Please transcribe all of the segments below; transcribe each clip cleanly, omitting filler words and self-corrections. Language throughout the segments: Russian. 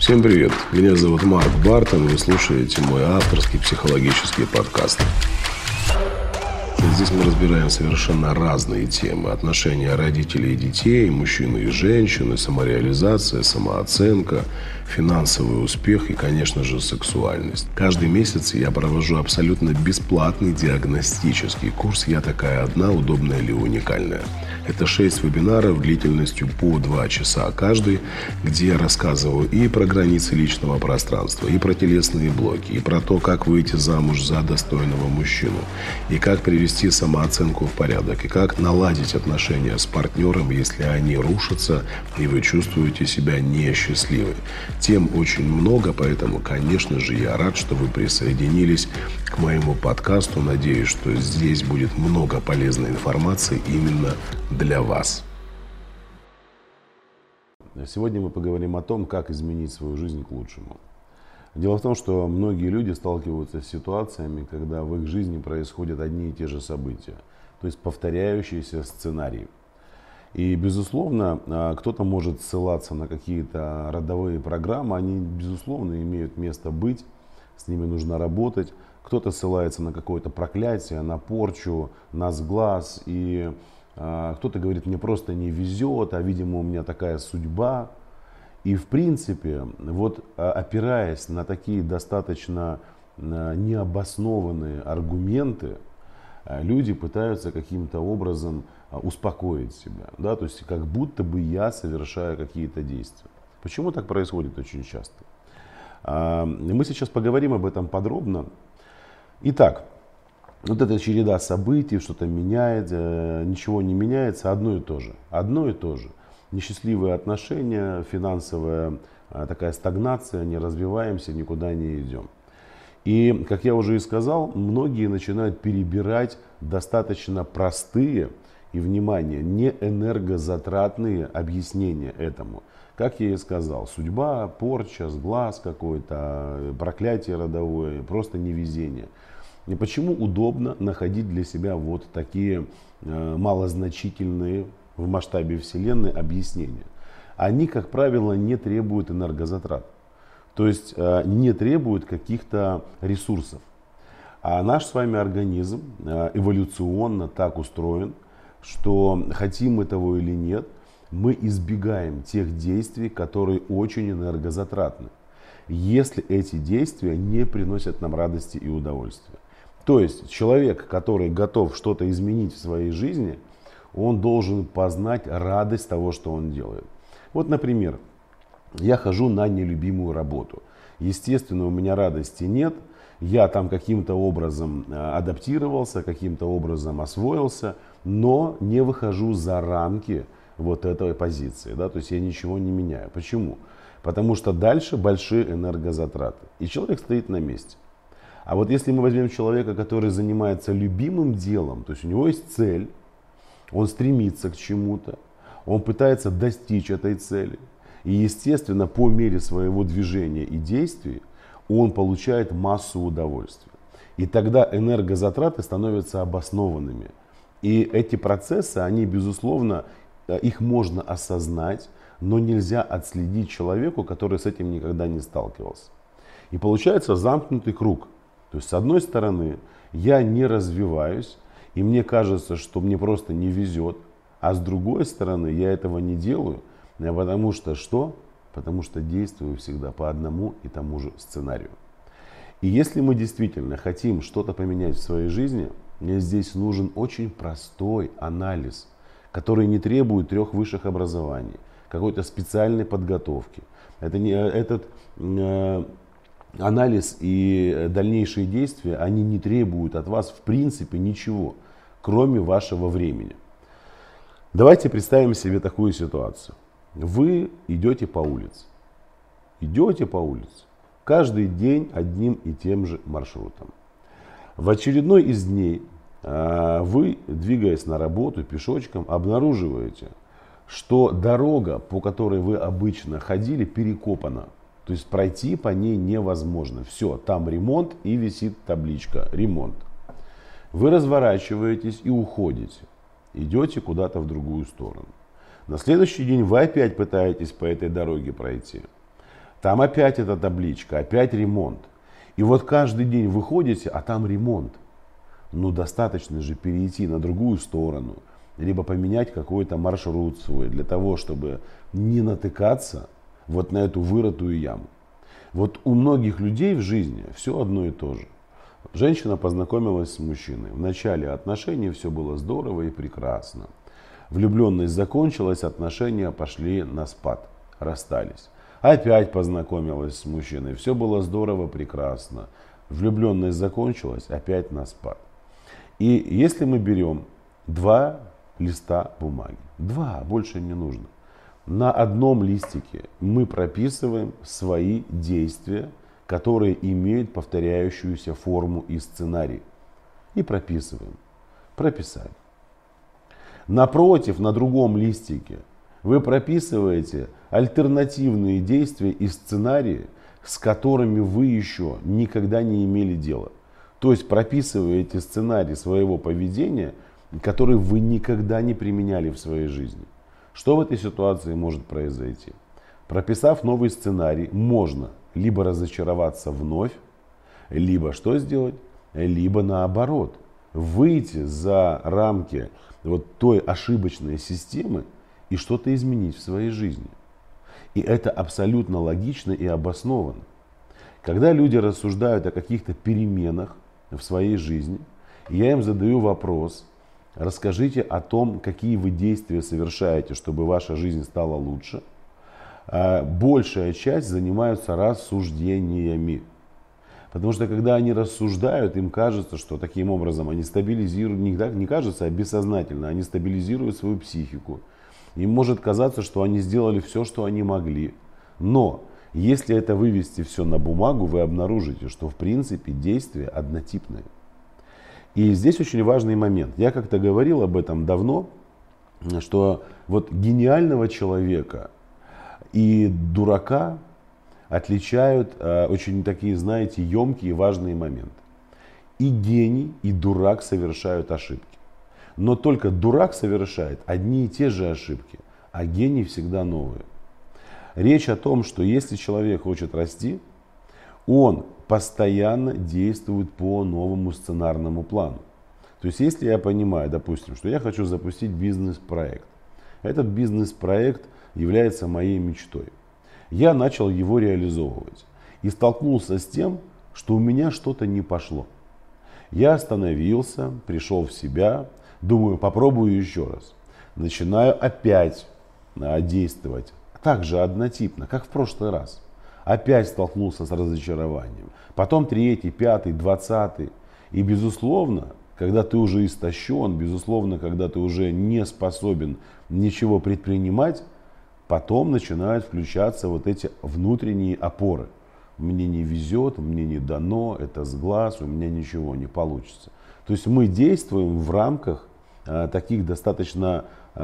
Всем привет, меня зовут Марк Бартон, вы слушаете мой авторский психологический подкаст. Здесь мы разбираем совершенно разные темы: отношения родителей и детей, мужчины и женщины, самореализация, самооценка, финансовый успех и, конечно же, сексуальность. Каждый месяц я провожу абсолютно бесплатный диагностический курс «Я такая одна, удобная или уникальная». Это 6 вебинаров длительностью по 2 часа каждый, где я рассказываю и про границы личного пространства, и про телесные блоки, и про то, как выйти замуж за достойного мужчину, и как привести самооценку в порядок, и как наладить отношения с партнером, если они рушатся, и вы чувствуете себя несчастливой. Тем очень много, поэтому, конечно же, я рад, что вы присоединились к моему подкасту. Надеюсь, что здесь будет много полезной информации именно для вас. Сегодня мы поговорим о том, как изменить свою жизнь к лучшему. Дело в том, что многие люди сталкиваются с ситуациями, когда в их жизни происходят одни и те же события, то есть повторяющиеся сценарии. И, безусловно, кто-то может ссылаться на какие-то родовые программы, они, безусловно, имеют место быть, с ними нужно работать. Кто-то ссылается на какое-то проклятие, на порчу, на сглаз, и кто-то говорит, мне просто не везет, а, видимо, у меня такая судьба. И, в принципе, вот опираясь на такие достаточно необоснованные аргументы, люди пытаются каким-то образом успокоить себя. Да? То есть, как будто бы я совершаю какие-то действия. Почему так происходит очень часто? Мы сейчас поговорим об этом подробно. Итак, вот эта череда событий, что-то меняет, ничего не меняется, одно и то же. Одно и то же. Несчастливые отношения, финансовая такая стагнация, не развиваемся, никуда не идем. И, как я уже и сказал, многие начинают перебирать достаточно простые и, внимание, не энергозатратные объяснения этому. Как я и сказал, судьба, порча, сглаз какой-то, проклятие родовое, просто невезение. И почему удобно находить для себя вот такие малозначительные в масштабе Вселенной объяснения? Они, как правило, не требуют энергозатрат. То есть не требуют каких-то ресурсов. А наш с вами организм эволюционно так устроен, что хотим мы того или нет, мы избегаем тех действий, которые очень энергозатратны, если эти действия не приносят нам радости и удовольствия. То есть человек, который готов что-то изменить в своей жизни, он должен познать радость того, что он делает. Вот, например, я хожу на нелюбимую работу. Естественно, у меня радости нет. Я там каким-то образом адаптировался, каким-то образом освоился, но не выхожу за рамки вот этой позиции. Да? То есть я ничего не меняю. Почему? Потому что дальше большие энергозатраты. И человек стоит на месте. А вот если мы возьмем человека, который занимается любимым делом, то есть у него есть цель, он стремится к чему-то, он пытается достичь этой цели. И, естественно, по мере своего движения и действий он получает массу удовольствия. И тогда энергозатраты становятся обоснованными. И эти процессы, они, безусловно, их можно осознать, но нельзя отследить человеку, который с этим никогда не сталкивался. И получается замкнутый круг. То есть, с одной стороны, я не развиваюсь, и мне кажется, что мне просто не везет. А с другой стороны, я этого не делаю, потому что что? Потому что действую всегда по одному и тому же сценарию. И если мы действительно хотим что-то поменять в своей жизни, мне здесь нужен очень простой анализ, который не требует 3 высших образований, какой-то специальной подготовки. Этот анализ и дальнейшие действия, они не требуют от вас в принципе ничего, кроме вашего времени. Давайте представим себе такую ситуацию. Вы идете по улице. Идете по улице. Каждый день одним и тем же маршрутом. В очередной из дней вы, двигаясь на работу пешочком, обнаруживаете, что дорога, по которой вы обычно ходили, перекопана. То есть пройти по ней невозможно. Все, там ремонт, и висит табличка «Ремонт». Вы разворачиваетесь и уходите. Идете куда-то в другую сторону. На следующий день вы опять пытаетесь по этой дороге пройти. Там опять эта табличка, опять ремонт. И вот каждый день выходите, а там ремонт. Ну достаточно же перейти на другую сторону, либо поменять какой-то маршрут свой для того, чтобы не натыкаться вот на эту вырытую яму. Вот у многих людей в жизни все одно и то же. Женщина познакомилась с мужчиной. В начале отношений все было здорово и прекрасно. Влюбленность закончилась, отношения пошли на спад, расстались. Опять познакомилась с мужчиной. Все было здорово, прекрасно. Влюбленность закончилась, опять на спад. И если мы берем 2 листа бумаги, 2, больше не нужно. На одном листике мы прописываем свои действия, которые имеют повторяющуюся форму и сценарий. И прописываем. Прописали. Напротив, на другом листике вы прописываете альтернативные действия и сценарии, с которыми вы еще никогда не имели дела. То есть прописываете сценарий своего поведения, который вы никогда не применяли в своей жизни. Что в этой ситуации может произойти? Прописав новый сценарий, можно либо разочароваться вновь, либо что сделать? Либо наоборот, выйти за рамки вот той ошибочной системы и что-то изменить в своей жизни. И это абсолютно логично и обосновано. Когда люди рассуждают о каких-то переменах в своей жизни, я им задаю вопрос: расскажите о том, какие вы действия совершаете, чтобы ваша жизнь стала лучше. Большая часть занимаются рассуждениями. Потому что когда они рассуждают, им кажется, что таким образом они стабилизируют, не кажется, а бессознательно, они стабилизируют свою психику. Им может казаться, что они сделали все, что они могли. Но если это вывести все на бумагу, вы обнаружите, что в принципе действия однотипные. И здесь очень важный момент. Я как-то говорил об этом давно, что вот гениального человека и дурака отличают очень такие, знаете, емкие и важные моменты. И гений, и дурак совершают ошибки. Но только дурак совершает одни и те же ошибки, а гений всегда новые. Речь о том, что если человек хочет расти, он постоянно действует по новому сценарному плану. То есть если я понимаю, допустим, что я хочу запустить бизнес-проект, этот бизнес-проект является моей мечтой. Я начал его реализовывать и столкнулся с тем, что у меня что-то не пошло. Я остановился, пришел в себя, думаю, попробую еще раз. Начинаю опять действовать так же однотипно, как в прошлый раз. Опять столкнулся с разочарованием. Потом 3-й, 5-й, 20-й. И безусловно, когда ты уже истощен, безусловно, когда ты уже не способен ничего предпринимать, потом начинают включаться вот эти внутренние опоры. Мне не везет, мне не дано, это с глаз, у меня ничего не получится. То есть мы действуем в рамках таких достаточно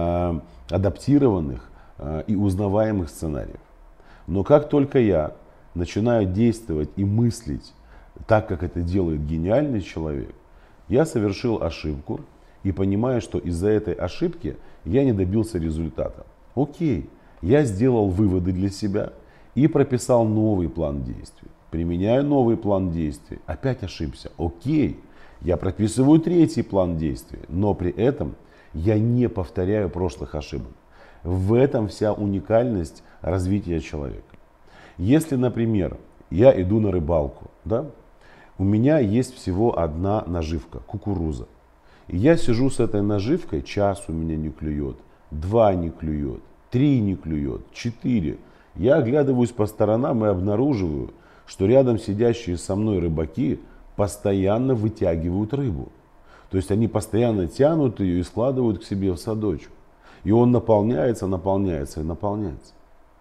адаптированных и узнаваемых сценариев. Но как только я начинаю действовать и мыслить так, как это делает гениальный человек, я совершил ошибку и понимаю, что из-за этой ошибки я не добился результата. Окей, я сделал выводы для себя и прописал новый план действий. Применяю новый план действий, опять ошибся. Окей, я прописываю 3-й план действий, но при этом я не повторяю прошлых ошибок. В этом вся уникальность развития человека. Если, например, я иду на рыбалку, да, у меня есть всего одна наживка, кукуруза. И я сижу с этой наживкой, час у меня не клюет, 2 не клюет, 3 не клюет, 4. Я оглядываюсь по сторонам и обнаруживаю, что рядом сидящие со мной рыбаки постоянно вытягивают рыбу. То есть они постоянно тянут ее и складывают к себе в садочек. И он наполняется, наполняется и наполняется.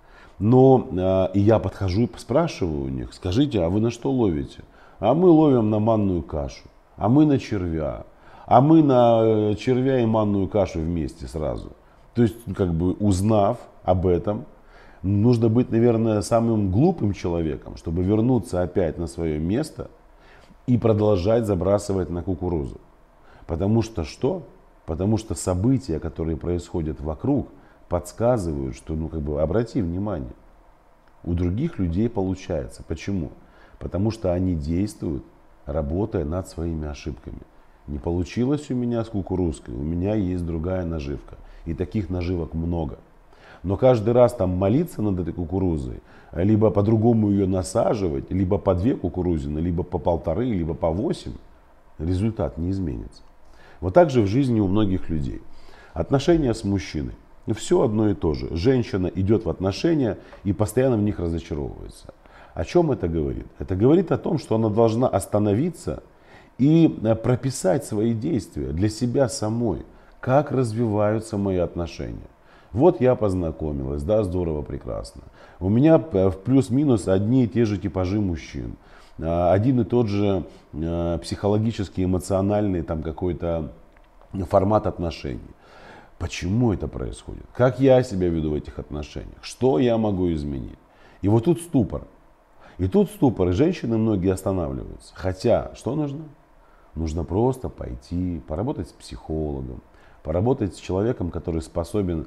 Но и я подхожу и спрашиваю у них: скажите, а вы на что ловите? А мы ловим на манную кашу, а мы на червя, а мы на червя и манную кашу вместе сразу. То есть, как бы узнав об этом, нужно быть, наверное, самым глупым человеком, чтобы вернуться опять на свое место и продолжать забрасывать на кукурузу. Потому что что? Потому что события, которые происходят вокруг, подсказывают, что, обрати внимание, У других людей получается. Почему? Потому что они действуют, работая над своими ошибками. Не получилось у меня с кукурузкой, у меня есть другая наживка. И таких наживок много. Но каждый раз там молиться над этой кукурузой, либо по-другому ее насаживать, либо по 2 кукурузины, либо по 1,5, либо по 8, результат не изменится. Вот так же в жизни у многих людей. Отношения с мужчиной. Все одно и то же. Женщина идет в отношения и постоянно в них разочаровывается. О чем это говорит? Это говорит о том, что она должна остановиться и прописать свои действия для себя самой. Как развиваются мои отношения. Вот я познакомилась, да, здорово, прекрасно. У меня в плюс-минус одни и те же типажи мужчин. Один и тот же психологический, эмоциональный там какой-то формат отношений. Почему это происходит? Как я себя веду в этих отношениях? Что я могу изменить? И вот тут ступор. И женщины многие останавливаются. Хотя, что нужно? Нужно просто пойти, поработать с психологом, поработать с человеком, который способен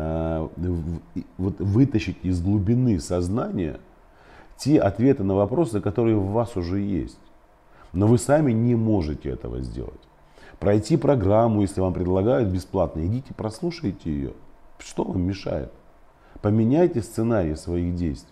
вытащить из глубины сознания те ответы на вопросы, которые в вас уже есть. Но вы сами не можете этого сделать. Пройти программу, если вам предлагают бесплатно, идите прослушайте ее. Что вам мешает? Поменяйте сценарий своих действий.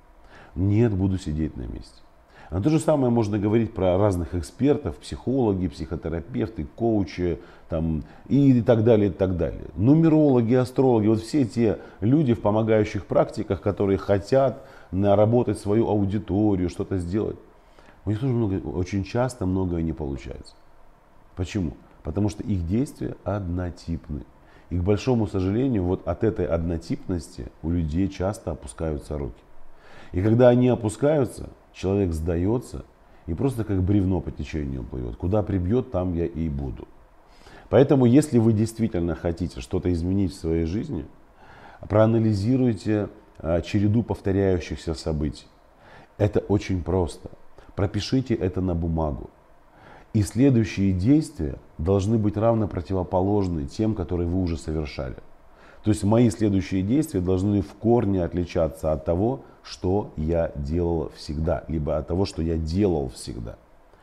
Нет, буду сидеть на месте. А то же самое можно говорить про разных экспертов, психологи, психотерапевты, коучи там, и так далее, и так далее. Нумерологи, астрологи, вот все те люди в помогающих практиках, которые хотят наработать свою аудиторию, что-то сделать. У них тоже очень часто многое не получается. Почему? Потому что их действия однотипны. И, к большому сожалению, вот от этой однотипности у людей часто опускаются руки. И когда они опускаются, человек сдается и просто как бревно по течению плывет. Куда прибьет, там я и буду. Поэтому, если вы действительно хотите что-то изменить в своей жизни, проанализируйте череду повторяющихся событий. Это очень просто. Пропишите это на бумагу. И следующие действия должны быть равно противоположны тем, которые вы уже совершали. То есть мои следующие действия должны в корне отличаться от того, что я делал всегда, либо от того, что я делал всегда.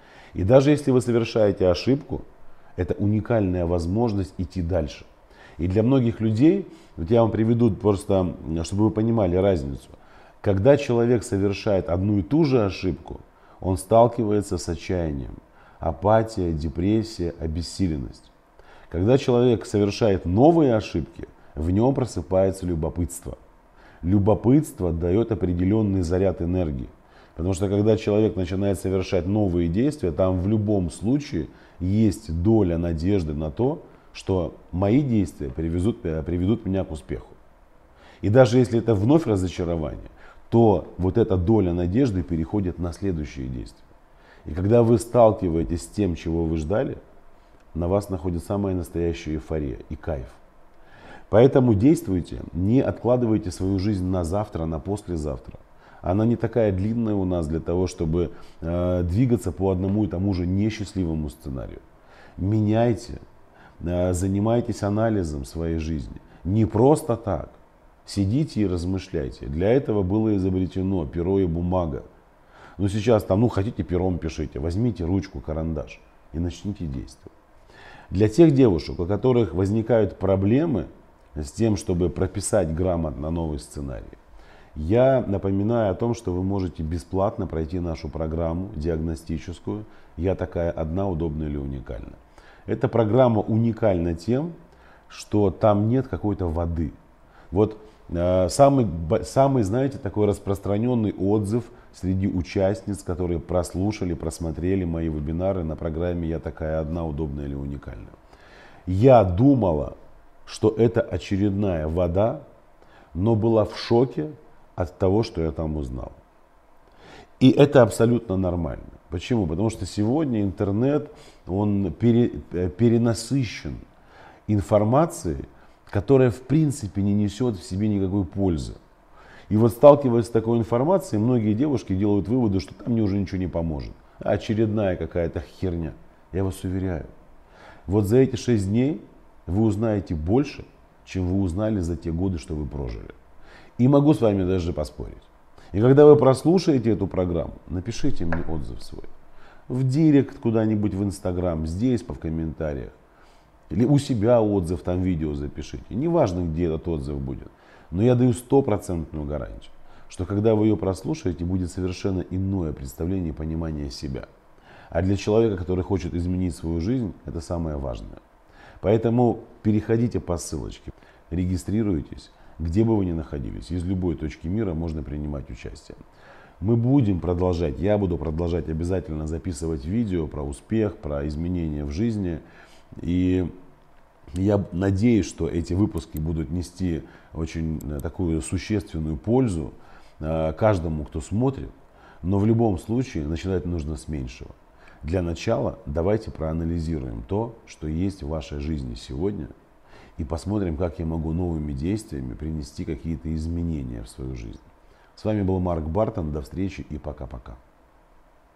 И даже если вы совершаете ошибку, это уникальная возможность идти дальше. И для многих людей, вот я вам приведу просто, чтобы вы понимали разницу. Когда человек совершает одну и ту же ошибку, он сталкивается с отчаянием. Апатия, депрессия, обессиленность. Когда человек совершает новые ошибки, в нем просыпается любопытство. Любопытство дает определенный заряд энергии. Потому что когда человек начинает совершать новые действия, там в любом случае есть доля надежды на то, что мои действия приведут меня к успеху. И даже если это вновь разочарование, то вот эта доля надежды переходит на следующие действия. И когда вы сталкиваетесь с тем, чего вы ждали, на вас находит самая настоящая эйфория и кайф. Поэтому действуйте, не откладывайте свою жизнь на завтра, на послезавтра. Она не такая длинная у нас для того, чтобы двигаться по одному и тому же несчастливому сценарию. Меняйте, занимайтесь анализом своей жизни. Не просто так. Сидите и размышляйте. Для этого было изобретено перо и бумага. Но сейчас там, хотите пером пишите, возьмите ручку, карандаш и начните действовать. Для тех девушек, у которых возникают проблемы с тем, чтобы прописать грамотно новый сценарий, я напоминаю о том, что вы можете бесплатно пройти нашу программу диагностическую «Я такая одна, удобная или уникальна». Эта программа уникальна тем, что там нет какой-то воды. Вот самый, знаете, такой распространенный отзыв среди участниц, которые прослушали, просмотрели мои вебинары на программе «Я такая одна, удобная или уникальна». Я думала, что это очередная вода, но была в шоке от того, что я там узнал. И это абсолютно нормально. Почему? Потому что сегодня интернет, он перенасыщен информацией, которая в принципе не несет в себе никакой пользы. И вот сталкиваясь с такой информацией, многие девушки делают выводы, что там мне уже ничего не поможет. Очередная какая-то херня. Я вас уверяю, вот за эти 6 дней вы узнаете больше, чем вы узнали за те годы, что вы прожили. И могу с вами даже поспорить. И когда вы прослушаете эту программу, напишите мне отзыв свой. В директ куда-нибудь в Инстаграм, здесь в комментариях. Или у себя отзыв, там видео запишите. Неважно, где этот отзыв будет. Но я даю стопроцентную гарантию, что когда вы ее прослушаете, будет совершенно иное представление и понимание себя. А для человека, который хочет изменить свою жизнь, это самое важное. Поэтому переходите по ссылочке, регистрируйтесь, где бы вы ни находились. Из любой точки мира можно принимать участие. Мы будем продолжать, я буду продолжать обязательно записывать видео про успех, про изменения в жизни. И я надеюсь, что эти выпуски будут нести очень такую существенную пользу каждому, кто смотрит. Но в любом случае начинать нужно с меньшего. Для начала давайте проанализируем то, что есть в вашей жизни сегодня, и посмотрим, как я могу новыми действиями принести какие-то изменения в свою жизнь. С вами был Марк Бартон. До встречи и пока-пока.